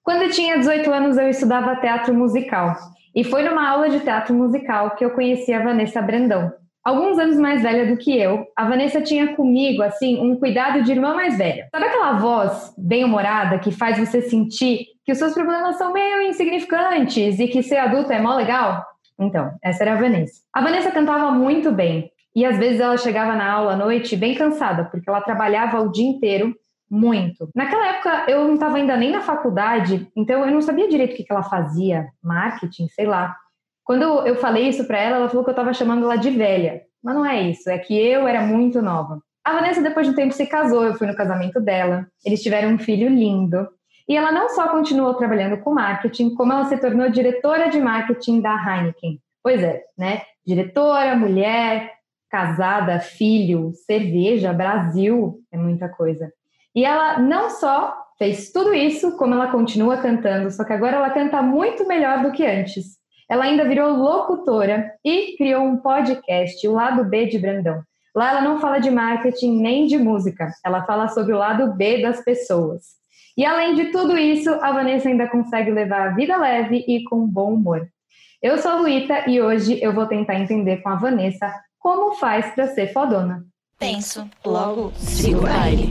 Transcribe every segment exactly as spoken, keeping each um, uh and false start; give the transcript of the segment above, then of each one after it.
Quando eu tinha dezoito anos, eu estudava teatro musical. E foi numa aula de teatro musical que eu conheci a Vanessa Brandão. Alguns anos mais velha do que eu, a Vanessa tinha comigo, assim, um cuidado de irmã mais velha. Sabe aquela voz bem-humorada que faz você sentir que os seus problemas são meio insignificantes e que ser adulto é mó legal? Então, essa era a Vanessa. A Vanessa cantava muito bem. E às vezes ela chegava na aula à noite bem cansada, porque ela trabalhava o dia inteiro muito. Naquela época eu não estava ainda nem na faculdade, então eu não sabia direito o que ela fazia, marketing, sei lá. Quando eu falei isso pra ela, ela falou que eu estava chamando ela de velha. Mas não é isso, é que eu era muito nova. A Vanessa, depois de um tempo, se casou, eu fui no casamento dela, eles tiveram um filho lindo. E ela não só continuou trabalhando com marketing, como ela se tornou diretora de marketing da Heineken. Pois é, né? Diretora, mulher, casada, filho, cerveja, Brasil, é muita coisa. E ela não só fez tudo isso, como ela continua cantando, só que agora ela canta muito melhor do que antes. Ela ainda virou locutora e criou um podcast, o Lado B de Brandão. Lá ela não fala de marketing nem de música, ela fala sobre o lado B das pessoas. E além de tudo isso, a Vanessa ainda consegue levar a vida leve e com bom humor. Eu sou a Luíta e hoje eu vou tentar entender com a Vanessa como faz para ser fodona. Penso, logo sigo o baile.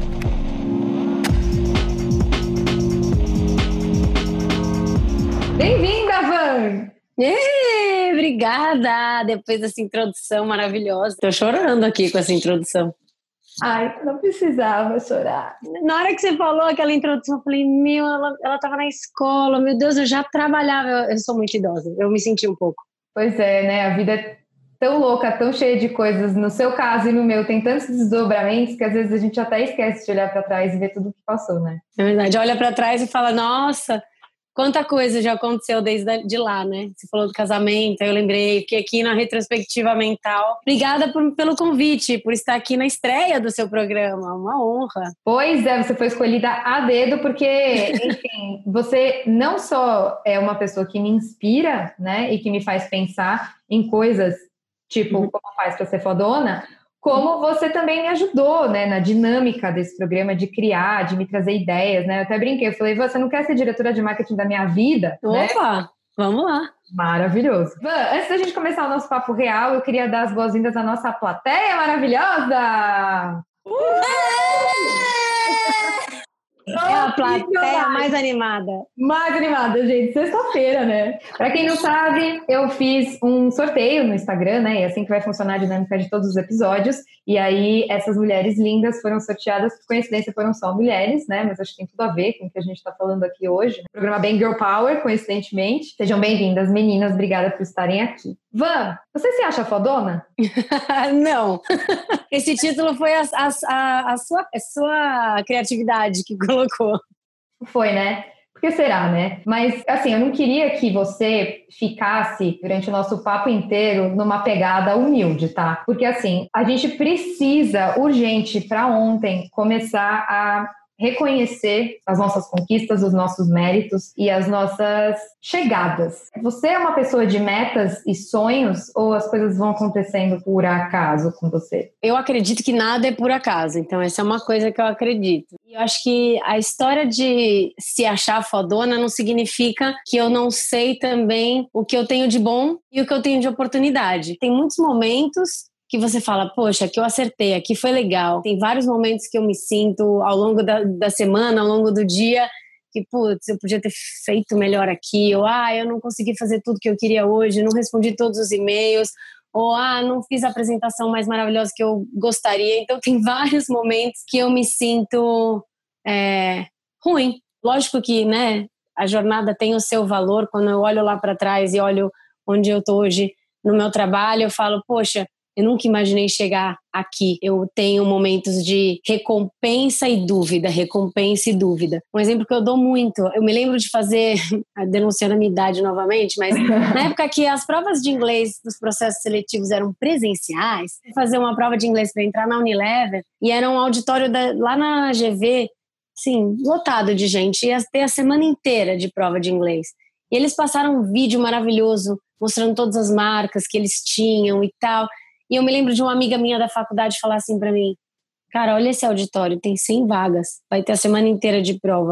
Bem-vinda, Van! Ê, obrigada! Depois dessa introdução maravilhosa. Tô chorando aqui com essa introdução. Ai, não precisava chorar. Na hora que você falou aquela introdução, eu falei, meu, ela, ela tava na escola, meu Deus, eu já trabalhava. Eu, eu sou muito idosa, eu me senti um pouco. Pois é, né? A vida é tão louca, tão cheia de coisas. No seu caso e no meu, tem tantos desdobramentos que às vezes a gente até esquece de olhar pra trás e ver tudo o que passou, né? É verdade, olha pra trás e fala, nossa... Quanta coisa já aconteceu desde de lá, né? Você falou do casamento, aí eu lembrei, fiquei aqui na retrospectiva mental. Obrigada por, pelo convite, por estar aqui na estreia do seu programa, uma honra. Pois é, você foi escolhida a dedo porque, enfim, você não só é uma pessoa que me inspira, né, e que me faz pensar em coisas, tipo, uhum. como faz para ser fodona, como você também me ajudou, né, na dinâmica desse programa, de criar, de me trazer ideias, né? Eu até brinquei, eu falei, você não quer ser diretora de marketing da minha vida? Opa, né? Vamos lá. Maravilhoso. Van, antes da gente começar o nosso papo real, eu queria dar as boas-vindas à nossa plateia maravilhosa! Uh! É a plateia mais animada. Mais animada, gente. Sexta-feira, né? Pra quem não sabe, eu fiz um sorteio no Instagram, né? E é assim que vai funcionar a dinâmica de todos os episódios. E aí, essas mulheres lindas foram sorteadas. Por coincidência, foram só mulheres, né? Mas acho que tem tudo a ver com o que a gente tá falando aqui hoje. O programa bem Girl Power, coincidentemente. Sejam bem-vindas, meninas. Obrigada por estarem aqui. Van, você se acha fodona? Não. Esse título foi a, a, a, a, sua, a sua criatividade que colocou. Foi, né? Por que será, né? Mas, assim, eu não queria que você ficasse, durante o nosso papo inteiro, numa pegada humilde, tá? Porque, assim, a gente precisa, urgente, para ontem, começar a reconhecer as nossas conquistas, os nossos méritos e as nossas chegadas. Você é uma pessoa de metas e sonhos ou as coisas vão acontecendo por acaso com você? Eu acredito que nada é por acaso, então essa é uma coisa que eu acredito. E eu acho que a história de se achar fodona não significa que eu não sei também o que eu tenho de bom e o que eu tenho de oportunidade. Tem muitos momentos que você fala, poxa, que eu acertei, aqui foi legal. Tem vários momentos que eu me sinto ao longo da, da semana, ao longo do dia, que, putz, eu podia ter feito melhor aqui, ou, ah, eu não consegui fazer tudo que eu queria hoje, não respondi todos os e-mails, ou, ah, não fiz a apresentação mais maravilhosa que eu gostaria. Então, tem vários momentos que eu me sinto é, ruim. Lógico que, né, a jornada tem o seu valor. Quando eu olho lá para trás e olho onde eu tô hoje no meu trabalho, eu falo, poxa, eu nunca imaginei chegar aqui. Eu tenho momentos de recompensa e dúvida, recompensa e dúvida. Um exemplo que eu dou muito, eu me lembro de fazer, denunciando a minha idade novamente, mas na época que as provas de inglês dos processos seletivos eram presenciais, fazer uma prova de inglês para entrar na Unilever, e era um auditório da, lá na G V, sim, lotado de gente, ia ter a semana inteira de prova de inglês. E eles passaram um vídeo maravilhoso, mostrando todas as marcas que eles tinham e tal. E eu me lembro de uma amiga minha da faculdade falar assim pra mim, cara, olha esse auditório, tem cem vagas, vai ter a semana inteira de prova.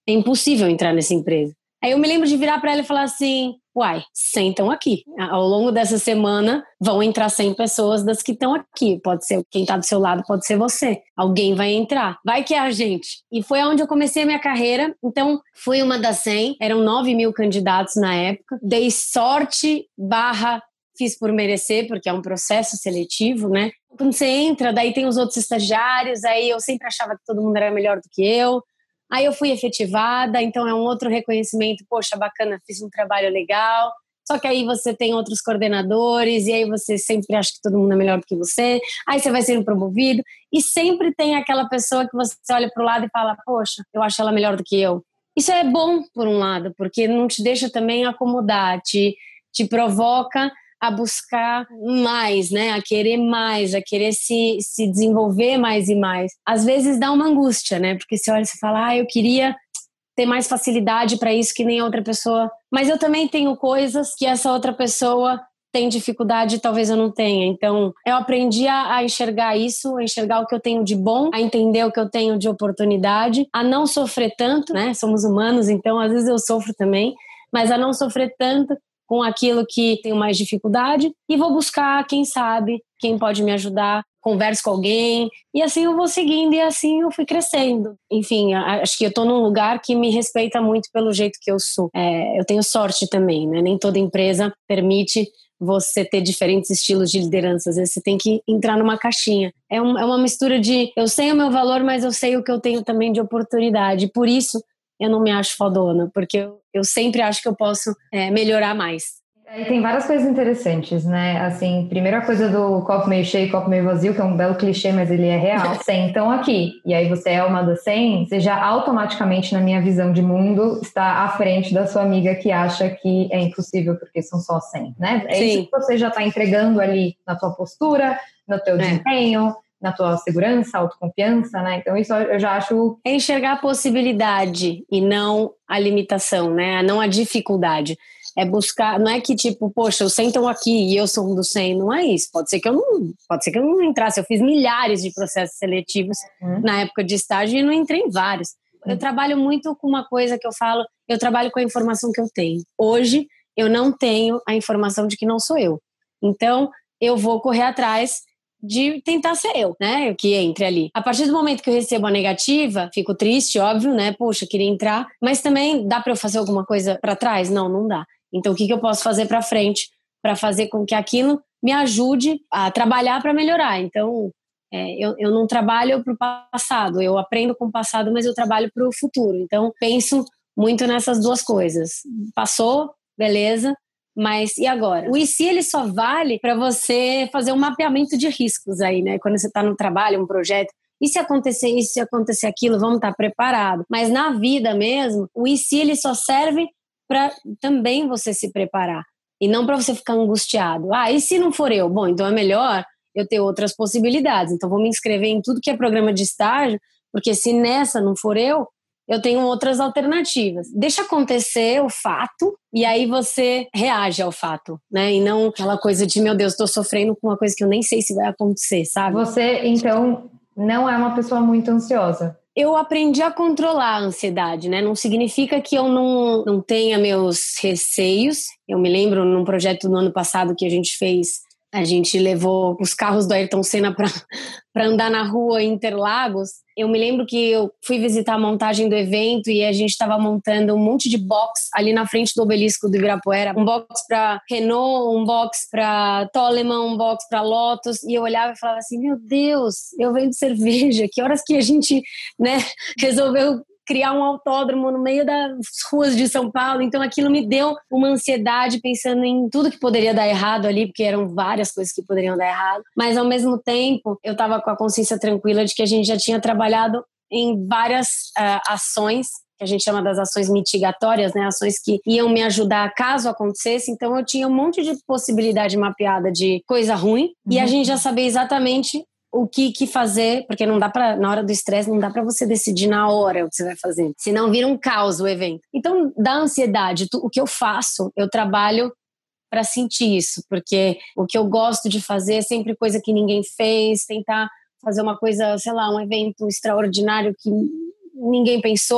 é impossível entrar nessa empresa. Aí eu me lembro de virar para ela e falar assim, uai, sentam aqui. Ao longo dessa semana vão entrar cem pessoas das que estão aqui. Pode ser quem está do seu lado, pode ser você. Alguém vai entrar. Vai que é a gente. E foi onde eu comecei a minha carreira. Então, fui uma das cem. Eram nove mil candidatos na época. Dei sorte barra fiz por merecer, porque é um processo seletivo, né? Quando você entra, daí tem os outros estagiários. Aí eu sempre achava que todo mundo era melhor do que eu. Aí eu fui efetivada, então é um outro reconhecimento, poxa, bacana, fiz um trabalho legal, só que aí você tem outros coordenadores, e aí você sempre acha que todo mundo é melhor do que você, aí você vai sendo promovido, e sempre tem aquela pessoa que você olha para o lado e fala, poxa, eu acho ela melhor do que eu. Isso é bom, por um lado, porque não te deixa também acomodar, te, te provoca a buscar mais, né? A querer mais, a querer se, se desenvolver mais e mais. Às vezes dá uma angústia, né? Porque você olha e você fala, ah, eu queria ter mais facilidade para isso que nem a outra pessoa. Mas eu também tenho coisas que essa outra pessoa tem dificuldade e talvez eu não tenha. Então, eu aprendi a, a enxergar isso, a enxergar o que eu tenho de bom, a entender o que eu tenho de oportunidade, a não sofrer tanto, né? Somos humanos, então às vezes eu sofro também, mas a não sofrer tanto com aquilo que tenho mais dificuldade e vou buscar, quem sabe, quem pode me ajudar, converso com alguém e assim eu vou seguindo e assim eu fui crescendo. Enfim, acho que eu tô num lugar que me respeita muito pelo jeito que eu sou. É, eu tenho sorte também, né? Nem toda empresa permite você ter diferentes estilos de liderança. Às vezes você tem que entrar numa caixinha. É, um, é uma mistura de eu sei o meu valor, mas eu sei o que eu tenho também de oportunidade. Por isso eu não me acho fodona, porque eu, eu sempre acho que eu posso é, melhorar mais. E tem várias coisas interessantes, né? Assim, primeira coisa do copo meio cheio, copo meio vazio, que é um belo clichê, mas ele é real. cem estão aqui, e aí você é uma das cem, você já automaticamente, na minha visão de mundo, está à frente da sua amiga que acha que é impossível porque são só cem, né? É Sim. isso que você já está entregando ali na tua postura, no teu é. desempenho, na tua segurança, autoconfiança, né? Então isso eu já acho... É enxergar a possibilidade e não a limitação, né? Não a dificuldade. É buscar, não é que tipo, poxa, os cem estão aqui e eu sou um dos cem, não é isso. Pode ser que eu não, pode ser que eu não entrasse. Eu fiz milhares de processos seletivos uhum. na época de estágio e não entrei em vários. Eu trabalho muito com uma coisa que eu falo, eu trabalho com a informação que eu tenho. Hoje, eu não tenho a informação de que não sou eu. Então, eu vou correr atrás de tentar ser eu, né? Que entre ali. A partir do momento que eu recebo a negativa, fico triste, óbvio, né? Poxa, queria entrar. Mas também, dá para eu fazer alguma coisa para trás? Não, não dá. Então, o que, que eu posso fazer para frente para fazer com que aquilo me ajude a trabalhar para melhorar? Então, é, eu, eu não trabalho para o passado, eu aprendo com o passado, mas eu trabalho para o futuro. Então, penso muito nessas duas coisas. Passou, beleza, mas e agora? O I C, ele só vale para você fazer um mapeamento de riscos aí, né? Quando você está no trabalho, um projeto. E se acontecer isso, se acontecer aquilo, vamos estar preparados. Mas na vida mesmo, o I C, ele só serve para também você se preparar. E não para você ficar angustiado. Ah, e se não for eu? Bom, então é melhor eu ter outras possibilidades. Então vou me inscrever em tudo que é programa de estágio, porque se nessa não for eu, eu tenho outras alternativas. Deixa acontecer o fato e aí você reage ao fato, né? E não aquela coisa de, meu Deus, estou sofrendo com uma coisa que eu nem sei se vai acontecer, sabe? Você, então, não é uma pessoa muito ansiosa? Eu aprendi a controlar a ansiedade, né? Não significa que eu não, não tenha meus receios. Eu me lembro num projeto do ano passado que a gente fez, a gente levou os carros do Ayrton Senna para andar na rua em Interlagos. Eu me lembro que eu fui visitar a montagem do evento e a gente estava montando um monte de box ali na frente do obelisco do Ibirapuera. Um box para Renault, um box para Toleman, um box para Lotus. E eu olhava e falava assim, meu Deus, eu vendo cerveja. Que horas que a gente, né, resolveu criar um autódromo no meio das ruas de São Paulo. Então aquilo me deu uma ansiedade pensando em tudo que poderia dar errado ali, porque eram várias coisas que poderiam dar errado. Mas ao mesmo tempo, eu estava com a consciência tranquila de que a gente já tinha trabalhado em várias uh, ações, que a gente chama das ações mitigatórias, né? Ações que iam me ajudar caso acontecesse. Então eu tinha um monte de possibilidade mapeada de coisa ruim, uhum. e a gente já sabia exatamente o que, que fazer, porque não dá pra, na hora do estresse, não dá pra você decidir na hora o que você vai fazer. Senão vira um caos o evento. Então, da ansiedade, tu, o que eu faço, eu trabalho pra sentir isso, porque o que eu gosto de fazer é sempre coisa que ninguém fez, tentar fazer uma coisa, sei lá, um evento extraordinário que ninguém pensou.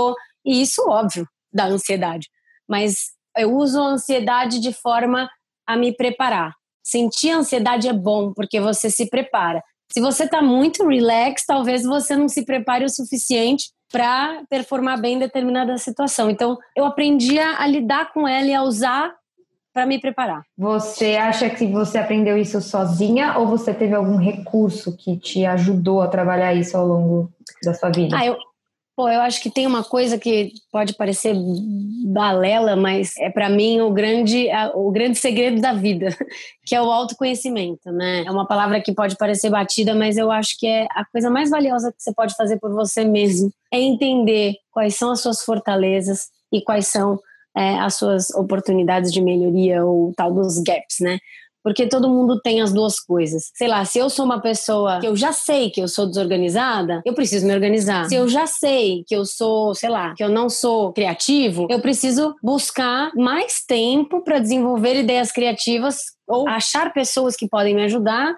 E isso, óbvio, dá ansiedade. Mas eu uso a ansiedade de forma a me preparar. Sentir ansiedade é bom, porque você se prepara. Se você está muito relax, talvez você não se prepare o suficiente para performar bem em determinada situação. Então, eu aprendi a lidar com ela e a usar para me preparar. Você acha que você aprendeu isso sozinha ou você teve algum recurso que te ajudou a trabalhar isso ao longo da sua vida? Ah, eu, pô, eu acho que tem uma coisa que pode parecer balela, mas é para mim o grande, o grande segredo da vida, que é o autoconhecimento, né? É uma palavra que pode parecer batida, mas eu acho que é a coisa mais valiosa que você pode fazer por você mesmo, é entender quais são as suas fortalezas e quais são É, as suas oportunidades de melhoria ou tal dos gaps, né? Porque todo mundo tem as duas coisas. Sei lá, se eu sou uma pessoa que eu já sei que eu sou desorganizada, eu preciso me organizar. Se eu já sei que eu sou, sei lá, que eu não sou criativo, eu preciso buscar mais tempo para desenvolver ideias criativas ou achar pessoas que podem me ajudar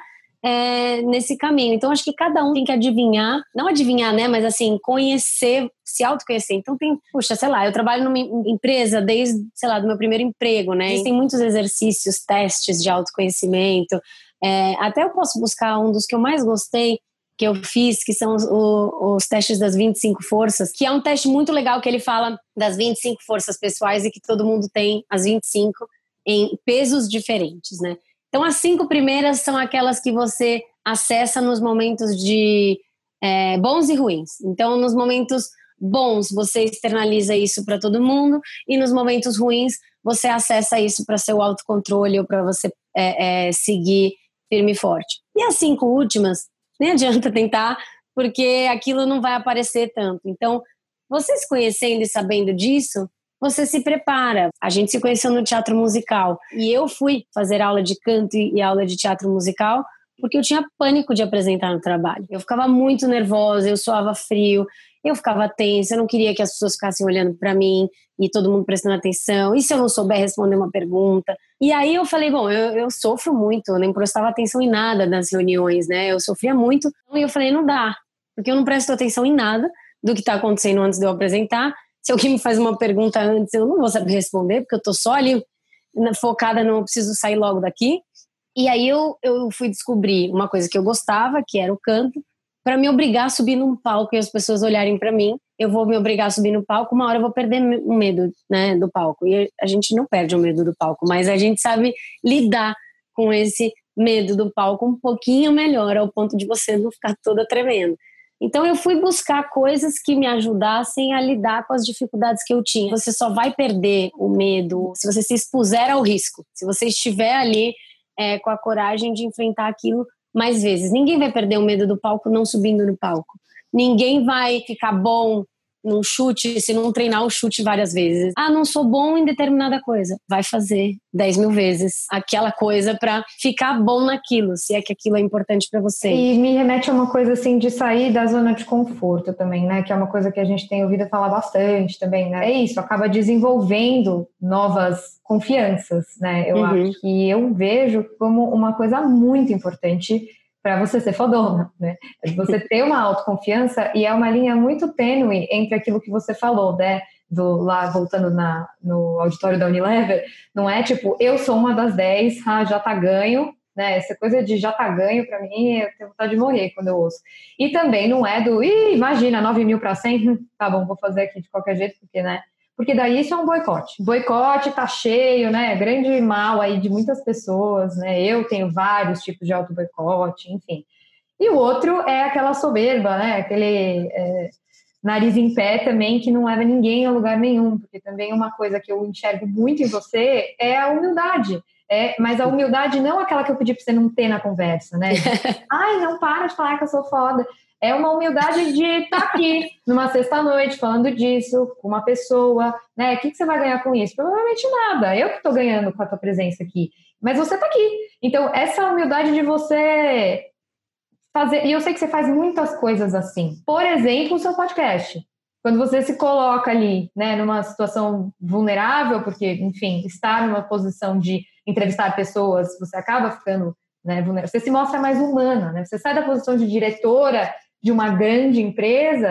É, nesse caminho. Então, acho que cada um tem que adivinhar, não adivinhar, né, mas assim, conhecer, se autoconhecer. Então tem, puxa, sei lá, eu trabalho numa empresa desde, sei lá, do meu primeiro emprego, né, existem muitos exercícios, testes de autoconhecimento, é, até eu posso buscar um dos que eu mais gostei, que eu fiz, que são os, os testes das vinte e cinco forças, que é um teste muito legal que ele fala das vinte e cinco forças pessoais e que todo mundo tem as vinte e cinco em pesos diferentes, né. Então, as cinco primeiras são aquelas que você acessa nos momentos de é, bons e ruins. Então, nos momentos bons, você externaliza isso para todo mundo e nos momentos ruins, você acessa isso para seu autocontrole ou para você é, é, seguir firme e forte. E as cinco últimas, nem adianta tentar, porque aquilo não vai aparecer tanto. Então, você se conhecendo e sabendo disso, você se prepara. A gente se conheceu no teatro musical e eu fui fazer aula de canto e aula de teatro musical porque eu tinha pânico de apresentar no trabalho. Eu ficava muito nervosa, eu suava frio, eu ficava tensa, eu não queria que as pessoas ficassem olhando para mim e todo mundo prestando atenção. E se eu não souber responder uma pergunta? E aí eu falei, bom, eu, eu sofro muito, eu nem prestava atenção em nada nas reuniões, né? Eu sofria muito e eu falei, não dá, porque eu não presto atenção em nada do que está acontecendo antes de eu apresentar. Se alguém me faz uma pergunta antes, eu não vou saber responder, porque eu tô só ali focada, não preciso sair logo daqui. E aí eu, eu fui descobrir uma coisa que eu gostava, que era o canto, para me obrigar a subir num palco e as pessoas olharem para mim. Eu vou me obrigar a subir no palco, uma hora eu vou perder o medo, né, do palco. E a gente não perde o medo do palco, mas a gente sabe lidar com esse medo do palco um pouquinho melhor, ao ponto de você não ficar toda tremendo. Então eu fui buscar coisas que me ajudassem a lidar com as dificuldades que eu tinha. Você só vai perder o medo se você se expuser ao risco, se você estiver ali é, com a coragem de enfrentar aquilo mais vezes. Ninguém vai perder o medo do palco não subindo no palco. Ninguém vai ficar bom num chute se não treinar o chute várias vezes. Ah, não sou bom em determinada coisa. Vai fazer dez mil vezes aquela coisa pra ficar bom naquilo, se é que aquilo é importante pra você. E me remete a uma coisa assim de sair da zona de conforto também, né? Que é uma coisa que a gente tem ouvido falar bastante também, né? É isso, acaba desenvolvendo novas confianças, né? Eu uhum. acho que eu vejo como uma coisa muito importante para você ser fodona, né? Você ter uma autoconfiança e é uma linha muito tênue entre aquilo que você falou, né? Do, lá voltando na, no auditório da Unilever, não é tipo, eu sou uma das dez, ah, já tá ganho, né? Essa coisa de já tá ganho, pra mim, eu tenho vontade de morrer quando eu ouço. E também não é do, ih, imagina, nove mil para cem, tá bom, vou fazer aqui de qualquer jeito, porque, né? Porque daí isso é um boicote. Boicote tá cheio, né? Grande mal aí de muitas pessoas, né? Eu tenho vários tipos de auto-boicote, enfim. E o outro é aquela soberba, né? Aquele é, nariz em pé também, que não leva ninguém a lugar nenhum. Porque também uma coisa que eu enxergo muito em você é a humildade. É, mas a humildade não aquela que eu pedi pra você não ter na conversa, né? Ai, não para de falar que eu sou foda. É uma humildade de estar aqui numa sexta-noite falando disso com uma pessoa, né? O que, que você vai ganhar com isso? Provavelmente nada. Eu que estou ganhando com a tua presença aqui. Mas você está aqui. Então, essa humildade de você fazer... E eu sei que você faz muitas coisas assim. Por exemplo, o seu podcast. Quando você se coloca ali, né, numa situação vulnerável, porque, enfim, estar numa posição de entrevistar pessoas, você acaba ficando... Né, vulnerável. Você se mostra mais humana, né? Você sai da posição de diretora de uma grande empresa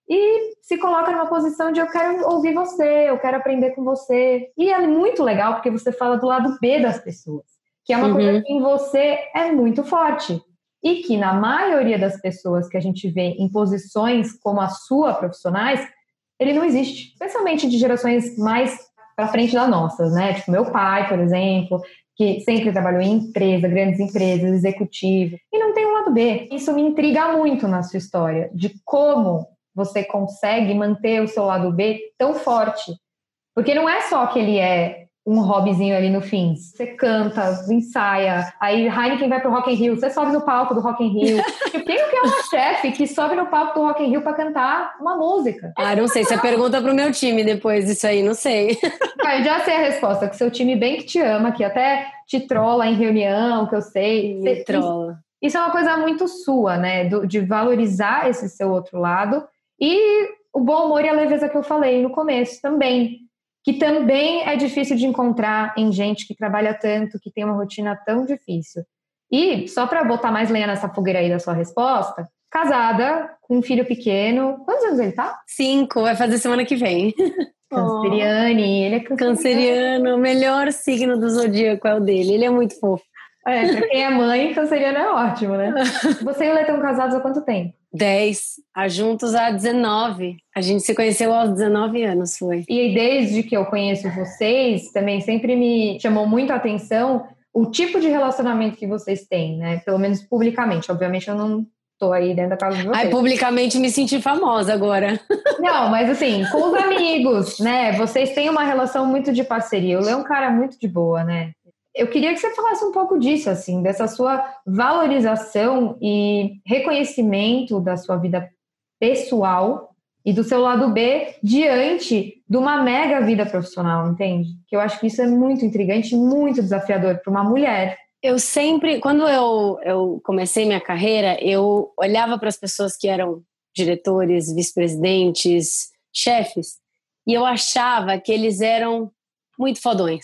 e se coloca numa posição de eu quero ouvir você, eu quero aprender com você. E é muito legal porque você fala do lado B das pessoas, que é uma uhum. coisa que em você é muito forte. E que na maioria das pessoas que a gente vê em posições como a sua, profissionais, ele não existe. Especialmente de gerações mais para frente das nossas, né? Tipo, meu pai, por exemplo, que sempre trabalhou em empresa, grandes empresas, executivo, e não tem um lado B. Isso me intriga muito na sua história, de como você consegue manter o seu lado B tão forte. Porque não é só que ele é um hobbyzinho ali no fim. Você canta, ensaia, aí Heineken vai pro Rock in Rio, você sobe no palco do Rock in Rio. Quem que é uma chefe que sobe no palco do Rock in Rio pra cantar uma música? Ah, não sei, você pergunta pro meu time depois disso aí, não sei. Ah, eu já sei a resposta, que seu time bem que te ama, que até te trola em reunião, que eu sei. Me você, trola. Isso, isso é uma coisa muito sua, né, Do, de valorizar esse seu outro lado. E o bom humor e a leveza que eu falei no começo também, que também é difícil de encontrar em gente que trabalha tanto, que tem uma rotina tão difícil. E, só para botar mais lenha nessa fogueira aí da sua resposta, casada, com um filho pequeno. Quantos anos ele tá? Cinco, vai fazer semana que vem. Canceriane, ele é canceriano. Canceriano, o melhor signo do zodíaco é o dele, ele é muito fofo. É, pra quem é mãe, canceriano é ótimo, né? Você e o Lê estão casados há quanto tempo? dez, juntos há dezenove. A gente se conheceu aos dezenove anos, foi. E desde que eu conheço vocês, também sempre me chamou muito a atenção o tipo de relacionamento que vocês têm, né? Pelo menos publicamente. Obviamente eu não tô aí dentro da casa de vocês. Ai, publicamente me senti famosa agora. Não, mas assim, com os amigos, né? Vocês têm uma relação muito de parceria. O Lê é um cara muito de boa, né? Eu queria que você falasse um pouco disso, assim, dessa sua valorização e reconhecimento da sua vida pessoal e do seu lado B diante de uma mega vida profissional, entende? Que eu acho que isso é muito intrigante e muito desafiador para uma mulher. Eu sempre, quando eu, eu comecei minha carreira, eu olhava para as pessoas que eram diretores, vice-presidentes, chefes, e eu achava que eles eram muito fodões.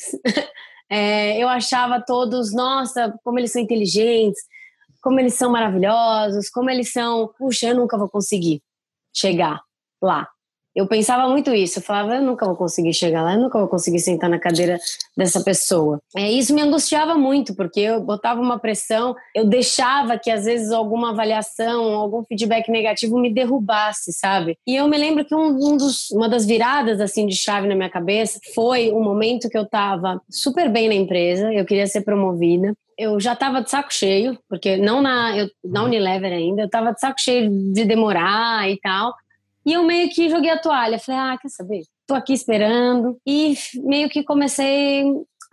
É, eu achava todos, nossa, como eles são inteligentes, como eles são maravilhosos, como eles são, puxa, eu nunca vou conseguir chegar lá. Eu pensava muito isso, eu falava, eu nunca vou conseguir chegar lá, eu nunca vou conseguir sentar na cadeira dessa pessoa. É, isso me angustiava muito, porque eu botava uma pressão, eu deixava que às vezes alguma avaliação, algum feedback negativo me derrubasse, sabe? E eu me lembro que um, um dos, uma das viradas assim de chave na minha cabeça foi um momento que eu tava super bem na empresa, eu queria ser promovida. Eu já estava de saco cheio, porque não na, eu, na Unilever ainda, eu estava de saco cheio de demorar e tal. E eu meio que joguei a toalha. Falei, ah, quer saber? Tô aqui esperando. E meio que comecei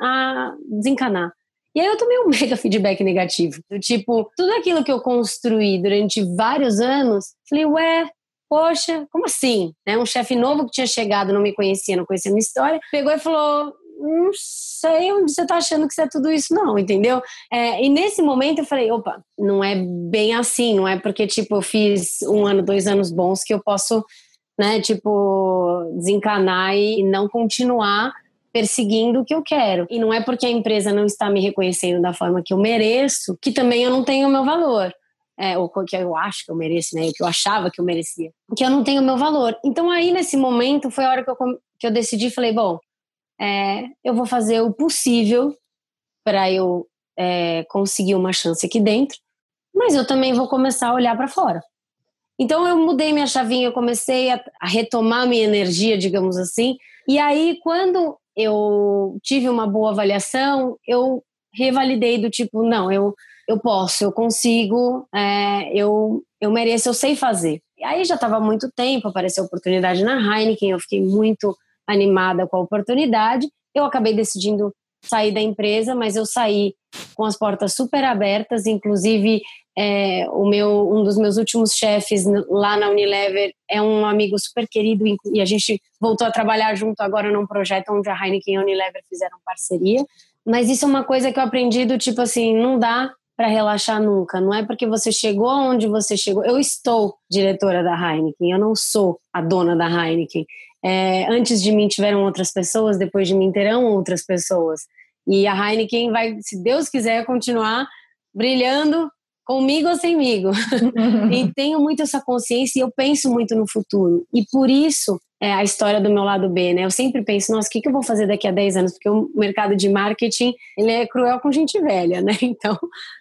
a desencanar. E aí eu tomei um mega feedback negativo. Do tipo, tudo aquilo que eu construí durante vários anos, falei, ué, poxa, como assim? Né? Um chefe novo que tinha chegado, não me conhecia, não conhecia a minha história, pegou e falou, não sei onde você tá achando que você é tudo isso não, entendeu? É, e nesse momento eu falei, opa, não é bem assim, não é porque, tipo, eu fiz um ano, dois anos bons que eu posso, né, tipo, desencanar e não continuar perseguindo o que eu quero. E não é porque a empresa não está me reconhecendo da forma que eu mereço, que também eu não tenho o meu valor. É, ou que eu acho que eu mereço, né, o que eu achava que eu merecia. Que eu não tenho o meu valor. Então aí, nesse momento, foi a hora que eu, que eu decidi, falei, bom, É, eu vou fazer o possível para eu é, conseguir uma chance aqui dentro, mas eu também vou começar a olhar para fora. Então eu mudei minha chavinha, eu comecei a, a retomar minha energia, digamos assim, e aí quando eu tive uma boa avaliação, eu revalidei do tipo, não, eu, eu posso, eu consigo, é, eu, eu mereço, eu sei fazer. E aí já estava há muito tempo, apareceu a oportunidade na Heineken, eu fiquei muito animada com a oportunidade, eu acabei decidindo sair da empresa, mas eu saí com as portas super abertas, inclusive é, o meu, um dos meus últimos chefes lá na Unilever é um amigo super querido e a gente voltou a trabalhar junto agora num projeto onde a Heineken e a Unilever fizeram parceria, mas isso é uma coisa que eu aprendi do tipo assim, não dá para relaxar nunca, não é porque você chegou onde você chegou, eu estou diretora da Heineken, eu não sou a dona da Heineken. É, antes de mim tiveram outras pessoas, depois de mim terão outras pessoas. E a Heineken vai, se Deus quiser, continuar brilhando comigo ou semigo. E tenho muito essa consciência e eu penso muito no futuro. E por isso é a história do meu lado B, né? Eu sempre penso, nossa, o que, que eu vou fazer daqui a dez anos? Porque o mercado de marketing, ele é cruel com gente velha, né? Então,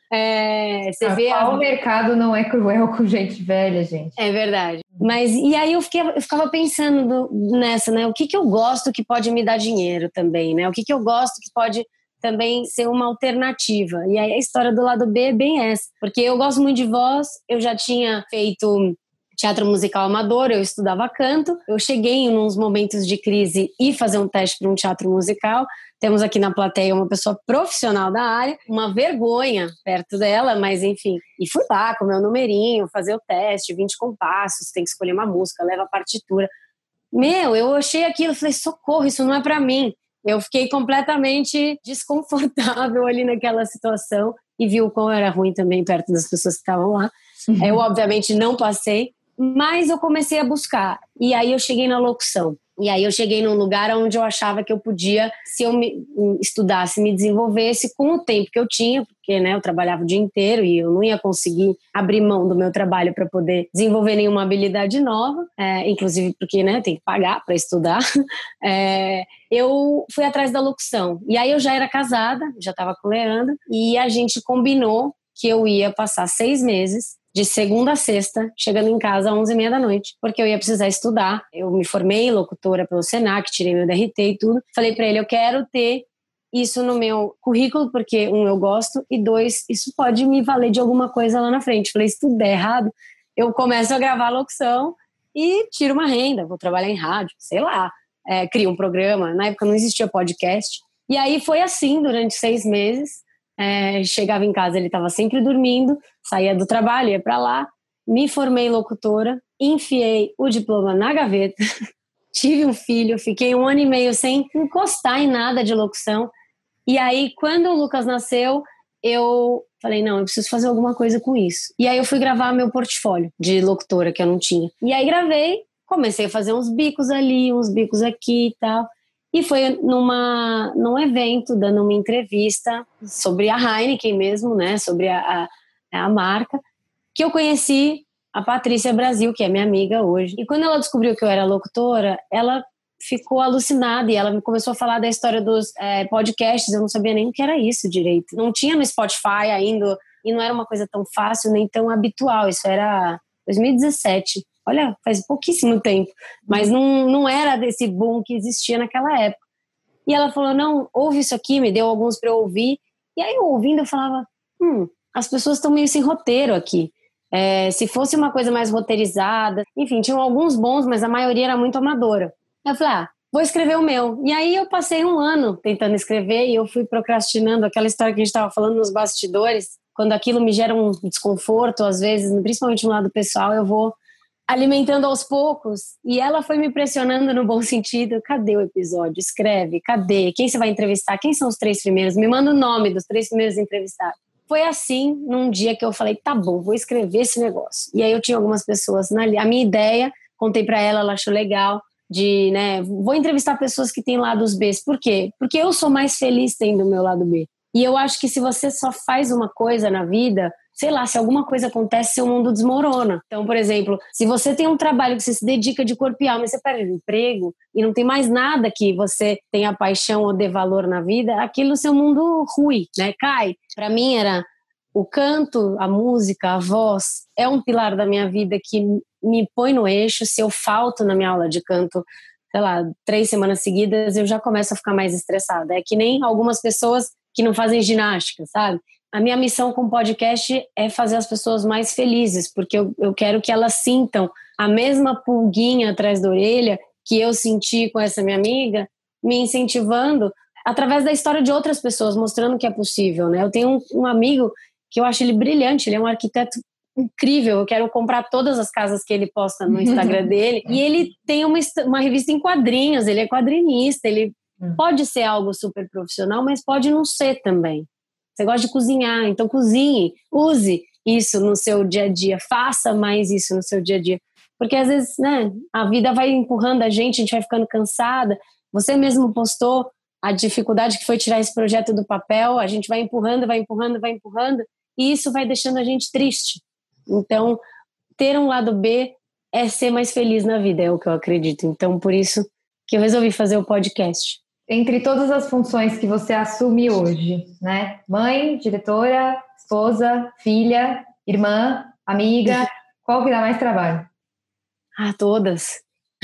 é, você ah, vê... Qual a... mercado não é cruel com gente velha, gente? É verdade. Mas, e aí eu, fiquei, eu ficava pensando nessa, né? O que, que eu gosto que pode me dar dinheiro também, né? O que, que eu gosto que pode também ser uma alternativa. E aí a história do lado B é bem essa. Porque eu gosto muito de voz, eu já tinha feito teatro musical amador, eu estudava canto, eu cheguei em uns momentos de crise e fazer um teste para um teatro musical. Temos aqui na plateia uma pessoa profissional da área, uma vergonha perto dela, mas enfim. E fui lá com o meu numerinho, fazer o teste, vinte compassos, tem que escolher uma música, leva a partitura. Meu, eu achei aquilo, falei, socorro, isso não é para mim. Eu fiquei completamente desconfortável ali naquela situação e vi o quão era ruim também perto das pessoas que estavam lá. Uhum. Eu, obviamente, não passei, mas eu comecei a buscar. E aí eu cheguei na locução. E aí eu cheguei num lugar onde eu achava que eu podia, se eu me, estudasse, me desenvolvesse com o tempo que eu tinha, porque né, eu trabalhava o dia inteiro e eu não ia conseguir abrir mão do meu trabalho para poder desenvolver nenhuma habilidade nova, é, inclusive porque né, tem que pagar para estudar. É, eu fui atrás da locução. E aí eu já era casada, já estava com o Leandro, e a gente combinou que eu ia passar seis meses de segunda a sexta, chegando em casa às onze e meia da noite, porque eu ia precisar estudar. Eu me formei locutora pelo Senac, tirei meu D R T e tudo. Falei pra ele, eu quero ter isso no meu currículo, porque um, eu gosto, e dois, isso pode me valer de alguma coisa lá na frente. Falei, se tudo der errado, eu começo a gravar a locução e tiro uma renda, vou trabalhar em rádio, sei lá, é, crio um programa. Na época não existia podcast. E aí foi assim durante seis meses. É, chegava em casa, ele estava sempre dormindo, saía do trabalho, ia para lá, me formei locutora, enfiei o diploma na gaveta, tive um filho, fiquei um ano e meio sem encostar em nada de locução, e aí quando o Lucas nasceu, eu falei, não, eu preciso fazer alguma coisa com isso. E aí eu fui gravar meu portfólio de locutora, que eu não tinha. E aí gravei, comecei a fazer uns bicos ali, uns bicos aqui e tal. E foi numa, num evento, dando uma entrevista sobre a Heineken mesmo, né, sobre a, a, a marca, que eu conheci a Patrícia Brasil, que é minha amiga hoje. E quando ela descobriu que eu era locutora, ela ficou alucinada e ela me começou a falar da história dos é, podcasts. Eu não sabia nem o que era isso direito. Não tinha no Spotify ainda e não era uma coisa tão fácil nem tão habitual. Isso era dois mil e dezessete. Olha, faz pouquíssimo tempo, mas não, não era desse boom que existia naquela época. E ela falou, não, ouve isso aqui, me deu alguns para eu ouvir. E aí eu ouvindo, eu falava, hum, as pessoas estão meio sem roteiro aqui. É, se fosse uma coisa mais roteirizada, enfim, tinham alguns bons, mas a maioria era muito amadora. Eu falei, ah, vou escrever o meu. E aí eu passei um ano tentando escrever e eu fui procrastinando aquela história que a gente estava falando nos bastidores. Quando aquilo me gera um desconforto, às vezes, principalmente no lado pessoal, eu vou alimentando aos poucos, e ela foi me pressionando no bom sentido, cadê o episódio? Escreve, cadê? Quem você vai entrevistar? Quem são os três primeiros? Me manda o nome dos três primeiros entrevistados. Foi assim, num dia que eu falei, tá bom, vou escrever esse negócio. E aí eu tinha algumas pessoas, na, a minha ideia, contei pra ela, ela achou legal, de, né, vou entrevistar pessoas que têm lados B. Por quê? Porque eu sou mais feliz tendo o meu lado B. E eu acho que se você só faz uma coisa na vida, sei lá, se alguma coisa acontece, seu mundo desmorona. Então, por exemplo, se você tem um trabalho que você se dedica de corpo e alma e você perde o emprego e não tem mais nada que você tenha paixão ou dê valor na vida, aquilo seu mundo rui, né? Cai. Para mim era o canto, a música, a voz, é um pilar da minha vida que me põe no eixo. Se eu falto na minha aula de canto, sei lá, três semanas seguidas, eu já começo a ficar mais estressada. É que nem algumas pessoas que não fazem ginástica, sabe? A minha missão com o podcast é fazer as pessoas mais felizes, porque eu, eu quero que elas sintam a mesma pulguinha atrás da orelha que eu senti com essa minha amiga, me incentivando através da história de outras pessoas, mostrando que é possível, né? Eu tenho um, um amigo que eu acho ele brilhante, ele é um arquiteto incrível, eu quero comprar todas as casas que ele posta no Instagram dele, e ele tem uma, uma revista em quadrinhos, ele é quadrinista, ele pode ser algo super profissional, mas pode não ser também. Você gosta de cozinhar, então cozinhe, use isso no seu dia a dia, faça mais isso no seu dia a dia, porque às vezes, né, a vida vai empurrando a gente, a gente vai ficando cansada. Você mesmo postou a dificuldade que foi tirar esse projeto do papel, a gente vai empurrando, vai empurrando, vai empurrando, e isso vai deixando a gente triste. Então, ter um lado B é ser mais feliz na vida, é o que eu acredito. Então, por isso que eu resolvi fazer o podcast. Entre todas as funções que você assume hoje, né? Mãe, diretora, esposa, filha, irmã, amiga, qual que dá mais trabalho? Ah, todas.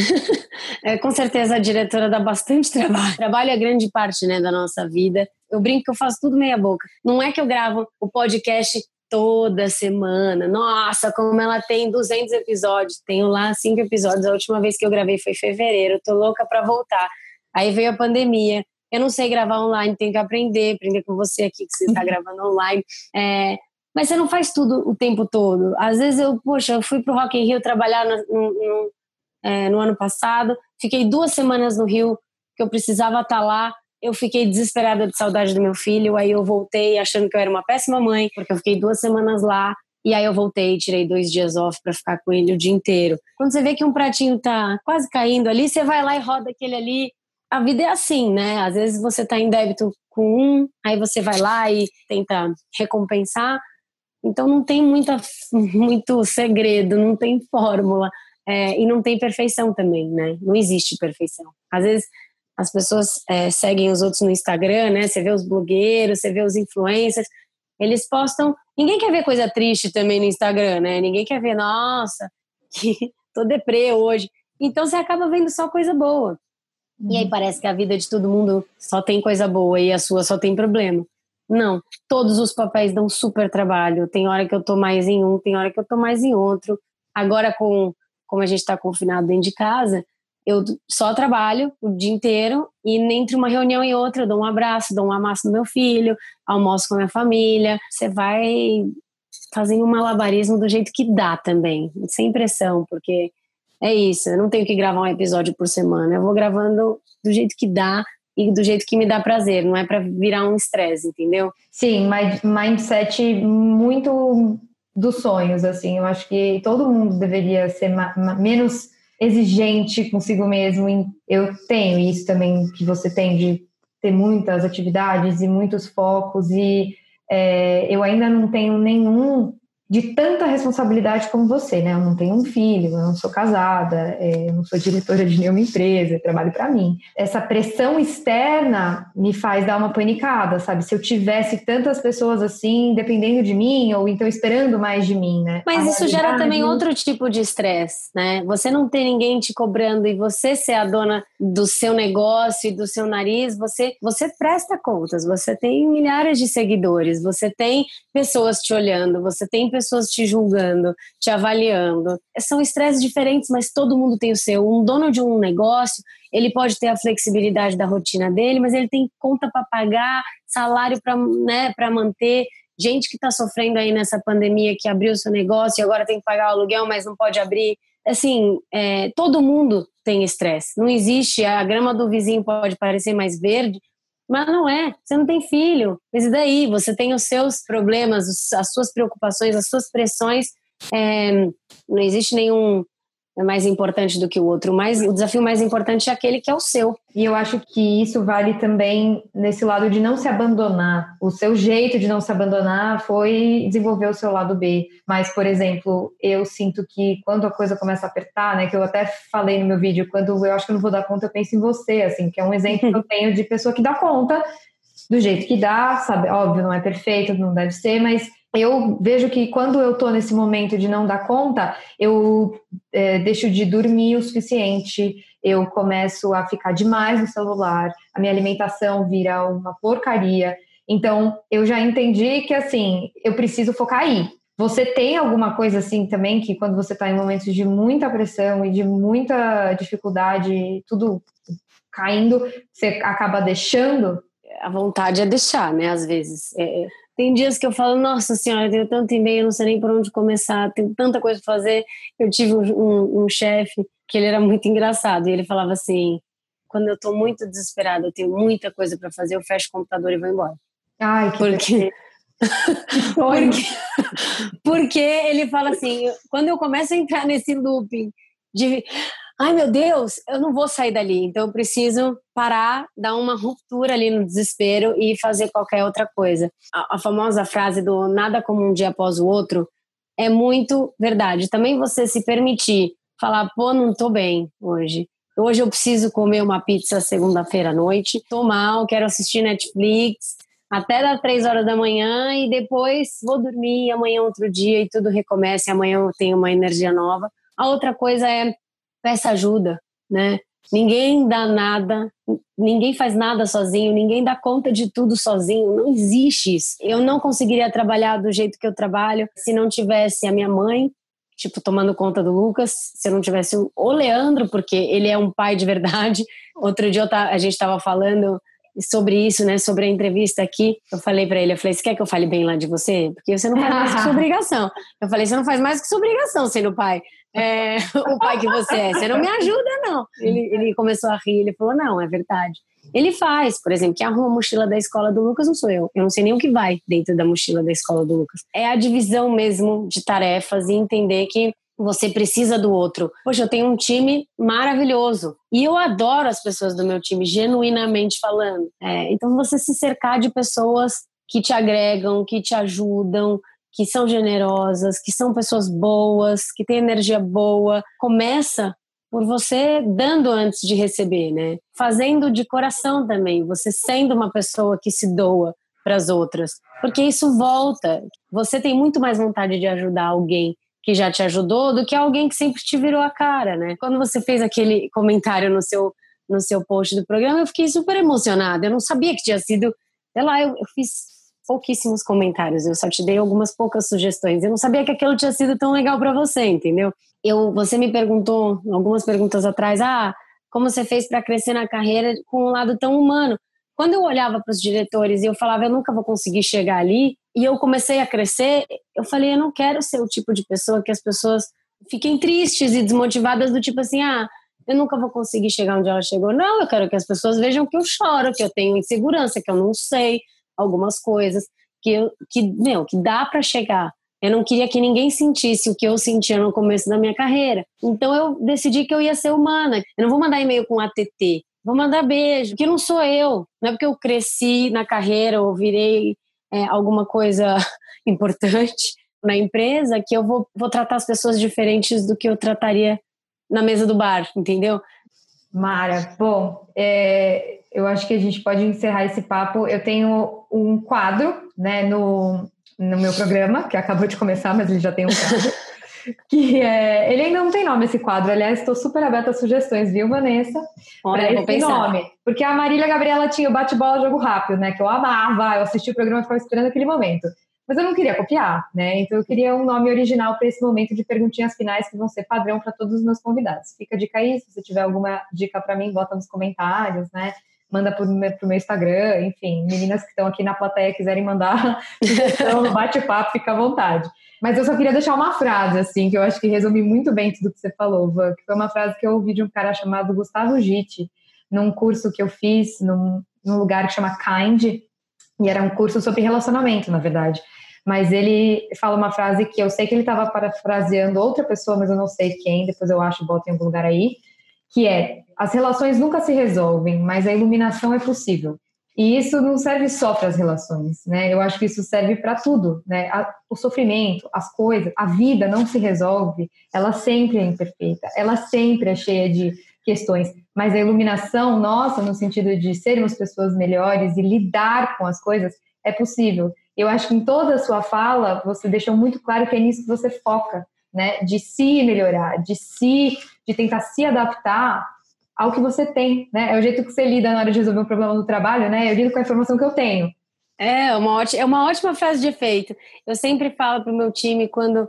É, com certeza a diretora dá bastante trabalho. Trabalho é grande parte, né, da nossa vida. Eu brinco que eu faço tudo meia boca. Não é que eu gravo o podcast toda semana. Nossa, como ela tem duzentos episódios. Tenho lá cinco episódios. A última vez que eu gravei foi em fevereiro. Tô louca pra voltar. Aí veio a pandemia. Eu não sei gravar online, tenho que aprender. Aprender com você aqui que você tá gravando online. É... Mas você não faz tudo o tempo todo. Às vezes eu, poxa, eu fui pro Rock in Rio trabalhar no, no, é, no ano passado. Fiquei duas semanas no Rio, que eu precisava estar lá. Eu fiquei desesperada de saudade do meu filho. Aí eu voltei achando que eu era uma péssima mãe, porque eu fiquei duas semanas lá. E aí eu voltei, tirei dois dias off pra ficar com ele o dia inteiro. Quando você vê que um pratinho tá quase caindo ali, você vai lá e roda aquele ali. A vida é assim, né? Às vezes você tá em débito com um, aí você vai lá e tenta recompensar. Então não tem muita, muito segredo, não tem fórmula, é, e não tem perfeição também, né? Não existe perfeição. Às vezes as pessoas é, seguem os outros no Instagram, né? Você vê os blogueiros, você vê os influencers, eles postam... Ninguém quer ver coisa triste também no Instagram, né? Ninguém quer ver, nossa, que tô deprê hoje. Então você acaba vendo só coisa boa. Uhum. E aí parece que a vida de todo mundo só tem coisa boa e a sua só tem problema. Não, todos os papéis dão super trabalho. Tem hora que eu tô mais em um, tem hora que eu tô mais em outro. Agora, com, como a gente tá confinado dentro de casa, eu só trabalho o dia inteiro e entre uma reunião e outra eu dou um abraço, dou um amasso no meu filho, almoço com a minha família. Você vai fazendo um malabarismo do jeito que dá também, sem pressão, porque é isso, eu não tenho que gravar um episódio por semana, eu vou gravando do jeito que dá e do jeito que me dá prazer, não é para virar um estresse, entendeu? Sim, mindset muito dos sonhos, assim, eu acho que todo mundo deveria ser menos exigente consigo mesmo. Eu tenho isso também que você tem, de ter muitas atividades e muitos focos, e é, eu ainda não tenho nenhum de tanta responsabilidade como você, né? Eu não tenho um filho, eu não sou casada, eu não sou diretora de nenhuma empresa, eu trabalho para mim. Essa pressão externa me faz dar uma panicada, sabe? Se eu tivesse tantas pessoas assim, dependendo de mim, ou então esperando mais de mim, né? Mas isso gera também outro tipo de estresse, né? Você não ter ninguém te cobrando e você ser a dona do seu negócio e do seu nariz, você, você presta contas, você tem milhares de seguidores, você tem pessoas te olhando, você tem pessoas te julgando, te avaliando. São estresses diferentes, mas todo mundo tem o seu. Um dono de um negócio, ele pode ter a flexibilidade da rotina dele, mas ele tem conta para pagar, salário para, né, para manter. Gente que está sofrendo aí nessa pandemia, que abriu o seu negócio e agora tem que pagar o aluguel, mas não pode abrir. Assim, é, todo mundo tem estresse. Não existe, a grama do vizinho pode parecer mais verde, mas não é, você não tem filho, mas e daí? Você tem os seus problemas, as suas preocupações, as suas pressões, é, não existe nenhum mais importante do que o outro, mas o desafio mais importante é aquele que é o seu. E eu acho que isso vale também nesse lado de não se abandonar. O seu jeito de não se abandonar foi desenvolver o seu lado B. Mas, por exemplo, eu sinto que quando a coisa começa a apertar, né, que eu até falei no meu vídeo, quando eu acho que eu não vou dar conta, eu penso em você, assim, que é um exemplo que eu tenho de pessoa que dá conta do jeito que dá, sabe? Óbvio, não é perfeito, não deve ser, mas eu vejo que quando eu tô nesse momento de não dar conta, eu é, deixo de dormir o suficiente, eu começo a ficar demais no celular, a minha alimentação vira uma porcaria. Então, eu já entendi que, assim, eu preciso focar aí. Você tem alguma coisa assim também, que quando você tá em momentos de muita pressão e de muita dificuldade, tudo caindo, você acaba deixando? A vontade é deixar, né, às vezes. É... Tem dias que eu falo, nossa senhora, eu tenho tanto e-mail, não sei nem por onde começar, tenho tanta coisa para fazer. Eu tive um, um, um chefe que ele era muito engraçado e ele falava assim, quando eu tô muito desesperada, eu tenho muita coisa para fazer, eu fecho o computador e vou embora. Ai, que porque... porque... porque ele fala assim, quando eu começo a entrar nesse looping de ai meu Deus, eu não vou sair dali, então eu preciso parar, dar uma ruptura ali no desespero e fazer qualquer outra coisa. A, a famosa frase do nada como um dia após o outro é muito verdade. Também você se permitir falar, pô, não tô bem hoje. Hoje eu preciso comer uma pizza segunda-feira à noite, tô mal, quero assistir Netflix até das três horas da manhã e depois vou dormir, amanhã outro dia e tudo recomeça e amanhã eu tenho uma energia nova. A outra coisa é peça ajuda, né? Ninguém dá nada, ninguém faz nada sozinho, ninguém dá conta de tudo sozinho, não existe isso. Eu não conseguiria trabalhar do jeito que eu trabalho se não tivesse a minha mãe, tipo, tomando conta do Lucas, se eu não tivesse o Leandro, porque ele é um pai de verdade. Outro dia eu tá, a gente estava falando sobre isso, né, sobre a entrevista aqui, eu falei pra ele, eu falei, você quer que eu fale bem lá de você? Porque você não faz mais que sua obrigação. Eu falei, você não faz mais que sua obrigação sendo pai. É, o pai que você é, você não me ajuda, não. Ele, ele começou a rir, ele falou, não, é verdade. Ele faz, por exemplo, quem arruma a mochila da escola do Lucas não sou eu. Eu não sei nem o que vai dentro da mochila da escola do Lucas. É a divisão mesmo de tarefas e entender que você precisa do outro. Poxa, eu tenho um time maravilhoso e eu adoro as pessoas do meu time, genuinamente falando. É, então você se cercar de pessoas que te agregam, que te ajudam, que são generosas, que são pessoas boas, que têm energia boa. Começa por você dando antes de receber, né? Fazendo de coração também, você sendo uma pessoa que se doa para as outras, porque isso volta. Você tem muito mais vontade de ajudar alguém que já te ajudou do que alguém que sempre te virou a cara, né? Quando você fez aquele comentário no seu, no seu post do programa, eu fiquei super emocionada. Eu não sabia que tinha sido... Sei lá, eu, eu fiz pouquíssimos comentários, eu só te dei algumas poucas sugestões. Eu não sabia que aquilo tinha sido tão legal para você, entendeu? Eu, você me perguntou, algumas perguntas atrás, ah, como você fez para crescer na carreira com um lado tão humano? Quando eu olhava para os diretores e eu falava, eu nunca vou conseguir chegar ali, e eu comecei a crescer, eu falei, eu não quero ser o tipo de pessoa que as pessoas fiquem tristes e desmotivadas do tipo assim, ah, eu nunca vou conseguir chegar onde ela chegou. Não, eu quero que as pessoas vejam que eu choro, que eu tenho insegurança, que eu não sei algumas coisas, que, eu, que, meu, que dá para chegar. Eu não queria que ninguém sentisse o que eu sentia no começo da minha carreira. Então eu decidi que eu ia ser humana. Eu não vou mandar e-mail com A T T, vou mandar beijo, porque não sou eu. Não é porque eu cresci na carreira ou virei é, alguma coisa importante na empresa que eu vou, vou tratar as pessoas diferentes do que eu trataria na mesa do bar, entendeu? Mara, bom, é, eu acho que a gente pode encerrar esse papo. Eu tenho um quadro, né, no, no meu programa, que acabou de começar, mas ele já tem um quadro, que é, ele ainda não tem nome esse quadro, aliás, estou super aberta a sugestões, viu, Vanessa? Olha, para esse nome, porque a Marília Gabriela tinha o bate-bola jogo rápido, né, que eu amava, eu assisti o programa e ficava esperando aquele momento. Mas eu não queria copiar, né? Então eu queria um nome original para esse momento de perguntinhas finais que vão ser padrão para todos os meus convidados. Fica a dica aí, se você tiver alguma dica para mim, bota nos comentários, né? Manda para o meu, meu Instagram, enfim, meninas que estão aqui na plateia quiserem mandar sugestão, bate-papo, fica à vontade. Mas eu só queria deixar uma frase, assim, que eu acho que resume muito bem tudo que você falou, Van, que foi uma frase que eu ouvi de um cara chamado Gustavo Gitti, num curso que eu fiz num, num lugar que chama Kind, e era um curso sobre relacionamento, na verdade. Mas ele fala uma frase que eu sei que ele estava parafraseando outra pessoa, mas eu não sei quem, depois eu acho e boto em algum lugar aí, que é, as relações nunca se resolvem, mas a iluminação é possível. E isso não serve só para as relações, né? Eu acho que isso serve para tudo, né? O sofrimento, as coisas, a vida não se resolve, ela sempre é imperfeita, ela sempre é cheia de questões, mas a iluminação nossa, no sentido de sermos pessoas melhores e lidar com as coisas, é possível. Eu acho que em toda a sua fala, você deixou muito claro que é nisso que você foca, né? De se melhorar, de se, de tentar se adaptar ao que você tem, né? É o jeito que você lida na hora de resolver um problema no trabalho, né? Eu lido com a informação que eu tenho. É uma ótima, é uma ótima frase de efeito. Eu sempre falo pro meu time quando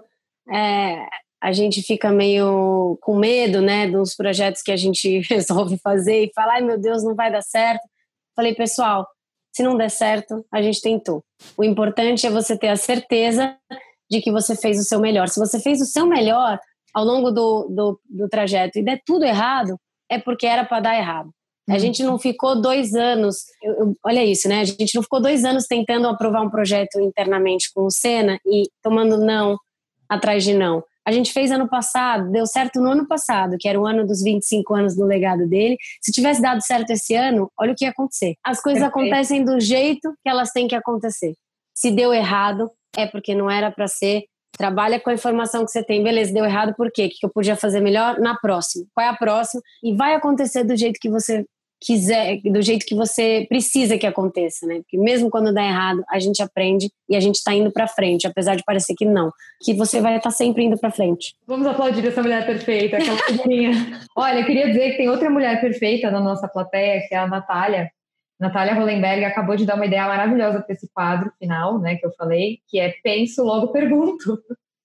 é, a gente fica meio com medo, né, dos projetos que a gente resolve fazer e fala, ai meu Deus, não vai dar certo. Falei, pessoal, se não der certo, a gente tentou. O importante é você ter a certeza de que você fez o seu melhor. Se você fez o seu melhor ao longo do, do, do trajeto e der tudo errado, é porque era para dar errado. A hum. gente não ficou dois anos, eu, eu, olha isso, né? A gente não ficou dois anos tentando aprovar um projeto internamente com o Senna e tomando não atrás de não. a gente fez ano passado, deu certo no ano passado, que era o ano dos vinte e cinco anos do legado dele. Se tivesse dado certo esse ano, olha o que ia acontecer. As coisas Perfeito. Acontecem do jeito que elas têm que acontecer. Se deu errado, é porque não era para ser. Trabalha com a informação que você tem. Beleza, deu errado, por quê? O que eu podia fazer melhor? Na próxima. Qual é a próxima? E vai acontecer do jeito que você quiser, do jeito que você precisa que aconteça, né? Porque mesmo quando dá errado, a gente aprende e a gente está indo para frente, apesar de parecer que não. Que você vai estar tá sempre indo para frente. Vamos aplaudir essa mulher perfeita, aquela figurinha. Olha, eu queria dizer que tem outra mulher perfeita na nossa plateia, que é a Natália. Natália Hollenberg acabou de dar uma ideia maravilhosa para esse quadro final, né, que eu falei, que é Penso, Logo Pergunto.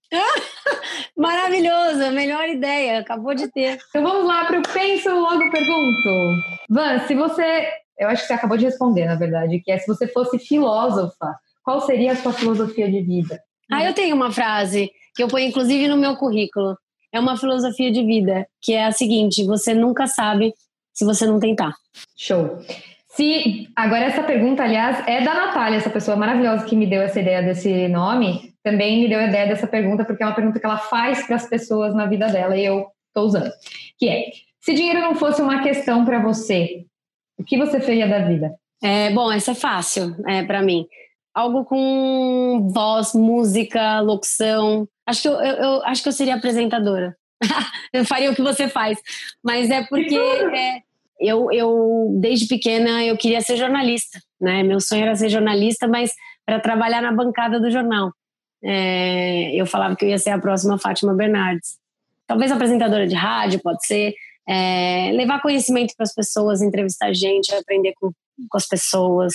Maravilhoso, melhor ideia, acabou de ter. Então vamos lá para o Penso, Logo Pergunto. Van, se você, eu acho que você acabou de responder, na verdade, que é se você fosse filósofa, qual seria a sua filosofia de vida? Ah, eu tenho uma frase que eu ponho inclusive no meu currículo. É uma filosofia de vida, que é a seguinte: você nunca sabe se você não tentar. Show. Se, agora essa pergunta, aliás, é da Natália, essa pessoa maravilhosa que me deu essa ideia desse nome, também me deu a ideia dessa pergunta, porque é uma pergunta que ela faz para as pessoas na vida dela e eu estou usando. Que é, se dinheiro não fosse uma questão para você, o que você faria da vida? É, bom, essa é fácil é, para mim. Algo com voz, música, locução. Acho que eu, eu, eu, acho que eu seria apresentadora. Eu faria o que você faz. Mas é porque... É, Eu, eu, desde pequena, eu queria ser jornalista, né? Meu sonho era ser jornalista, mas para trabalhar na bancada do jornal. É, eu falava que eu ia ser a próxima Fátima Bernardes. Talvez apresentadora de rádio, pode ser. É, levar conhecimento para as pessoas, entrevistar gente, aprender com, com as pessoas.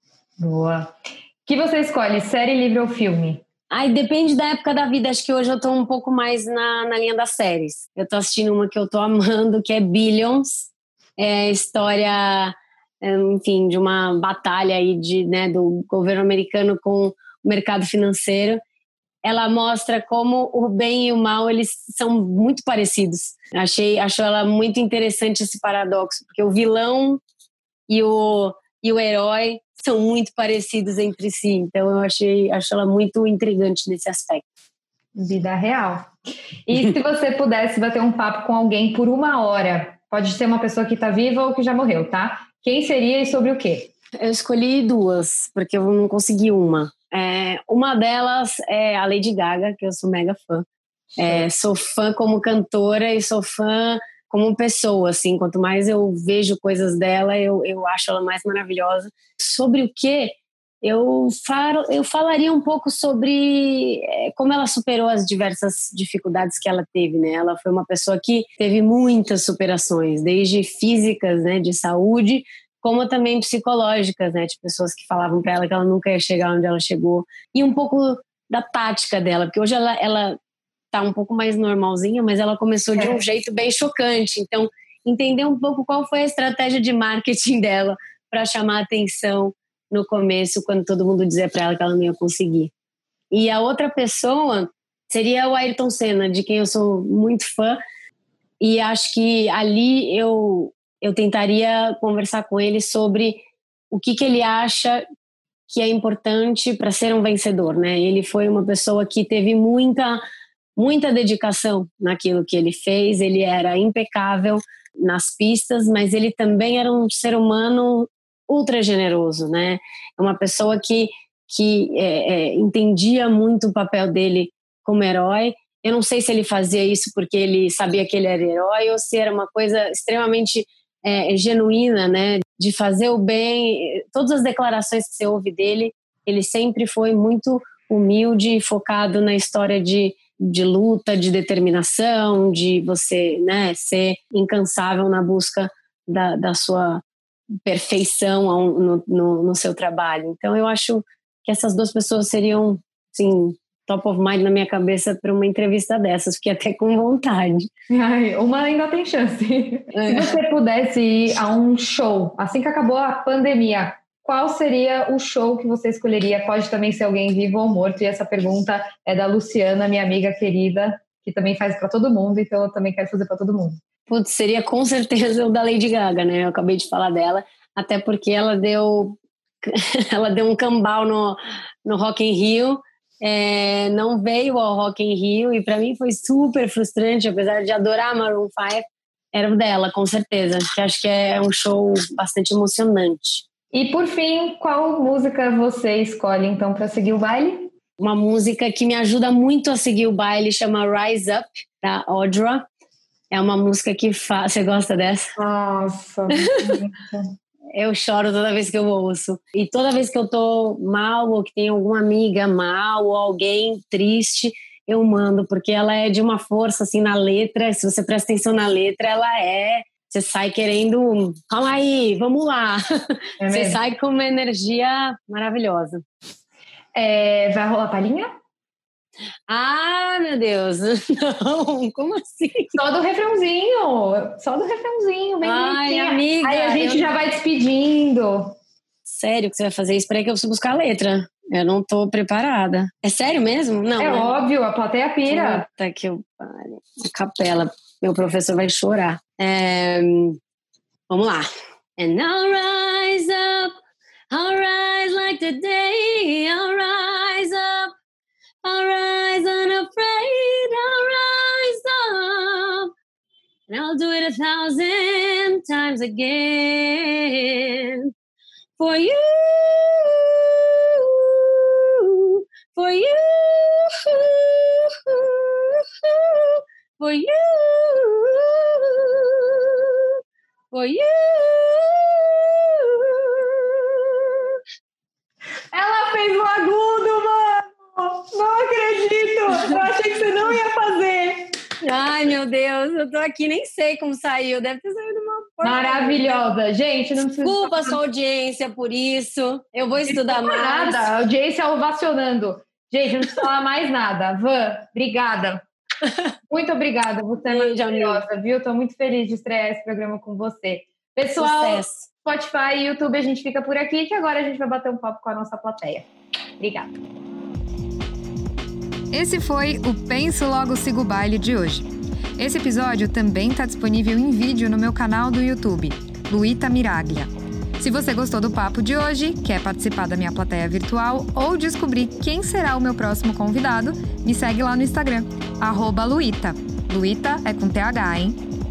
Boa. O que você escolhe, série, livro ou filme? Aí depende da época da vida. Acho que hoje eu tô um pouco mais na, na linha das séries. Eu tô assistindo uma que eu tô amando, que é Billions. É a história, enfim, de uma batalha aí de, né, do governo americano com o mercado financeiro. Ela mostra como o bem e o mal, eles são muito parecidos. Achei, acho ela muito interessante esse paradoxo, porque o vilão e o, e o herói são muito parecidos entre si. Então eu achei, acho ela muito intrigante nesse aspecto. Vida real. E se você pudesse bater um papo com alguém por uma hora, pode ser uma pessoa que está viva ou que já morreu, tá? Quem seria e sobre o quê? Eu escolhi duas, porque eu não consegui uma. É, uma delas é a Lady Gaga, que eu sou mega fã. É, sou fã como cantora e sou fã como pessoa, assim. Quanto mais eu vejo coisas dela, eu, eu acho ela mais maravilhosa. Sobre o quê? Eu, falo, eu falaria um pouco sobre é, como ela superou as diversas dificuldades que ela teve, né? Ela foi uma pessoa que teve muitas superações, desde físicas, né, de saúde, como também psicológicas, né, de pessoas que falavam para ela que ela nunca ia chegar onde ela chegou, e um pouco da tática dela, porque hoje ela, ela tá um pouco mais normalzinha, mas ela começou de um jeito bem chocante. Então, entender um pouco qual foi a estratégia de marketing dela para chamar a atenção no começo, quando todo mundo dizia para ela que ela não ia conseguir. E a outra pessoa seria o Ayrton Senna, de quem eu sou muito fã, e acho que ali eu, eu tentaria conversar com ele sobre o que, que ele acha que é importante para ser um vencedor, né? Ele foi uma pessoa que teve muita, muita dedicação naquilo que ele fez, ele era impecável nas pistas, mas ele também era um ser humano ultra generoso, né? É uma pessoa que, que é, é, entendia muito o papel dele como herói. Eu não sei se ele fazia isso porque ele sabia que ele era herói ou se era uma coisa extremamente é, genuína, né? De fazer o bem. Todas as declarações que você ouve dele, ele sempre foi muito humilde e focado na história de, de luta, de determinação, de você, né, ser incansável na busca da, da sua perfeição no, no, no seu trabalho. Então eu acho que essas duas pessoas seriam, assim, top of mind na minha cabeça para uma entrevista dessas, fiquei até com vontade. Ai, uma ainda tem chance. É. Se você pudesse ir a um show, assim que acabou a pandemia, qual seria o show que você escolheria? Pode também ser alguém vivo ou morto, e essa pergunta é da Luciana, minha amiga querida, que também faz para todo mundo, então eu também quero fazer para todo mundo. Putz, seria com certeza o da Lady Gaga, né? Eu acabei de falar dela, até porque ela deu, ela deu um cambau no, no Rock in Rio, é, não veio ao Rock in Rio e para mim foi super frustrante, apesar de adorar Maroon five, era o dela, com certeza, que acho que é um show bastante emocionante. E por fim, qual música você escolhe então para seguir o baile? Uma música que me ajuda muito a seguir o baile chama Rise Up, da Audra. É uma música que faz... Você gosta dessa? Nossa, eu choro toda vez que eu ouço. E toda vez que eu tô mal, ou que tem alguma amiga mal, ou alguém triste, eu mando, porque ela é de uma força, assim, na letra. Se você presta atenção na letra, ela é... Você sai querendo... Calma aí, vamos lá. É você sai com uma energia maravilhosa. É, vai rolar palhinha? Ah, meu Deus. Não, como assim? Só do refrãozinho. Só do refrãozinho. Bem Ai, amiga. Aí a gente já vai despedindo. Sério que você vai fazer isso? Peraí que eu preciso buscar a letra. Eu não tô preparada. É sério mesmo? Não. É né? óbvio, a plateia pira. Puta que eu pare. A capela. Meu professor vai chorar. É... Vamos lá. And I'll rise up, I'll rise like the day, I'll rise up, I'll rise unafraid, I'll rise up, and I'll do it a thousand times again. For you, for you, for you, for you. Ela fez um agudo, mano! Não acredito! Eu achei que você não ia fazer! Ai, meu Deus, eu tô aqui, nem sei como saiu. Deve ter saído uma porra. Maravilhosa! Gente, não precisa... Desculpa a sua audiência por isso. Eu vou estudar mais. Nada, a audiência ovacionando. Gente, não precisa falar mais nada. Van, obrigada. Muito obrigada. Você é maravilhosa, viu? Tô muito feliz de estrear esse programa com você. Pessoal, Sucesso. Spotify e YouTube, a gente fica por aqui, que agora a gente vai bater um papo com a nossa plateia. Obrigada. Esse foi o Penso Logo Sigo o Baile de hoje. Esse episódio também está disponível em vídeo no meu canal do YouTube, Luíta Miraglia. Se você gostou do papo de hoje, quer participar da minha plateia virtual ou descobrir quem será o meu próximo convidado, me segue lá no Instagram, arroba Luíta. Luíta é com T H, hein?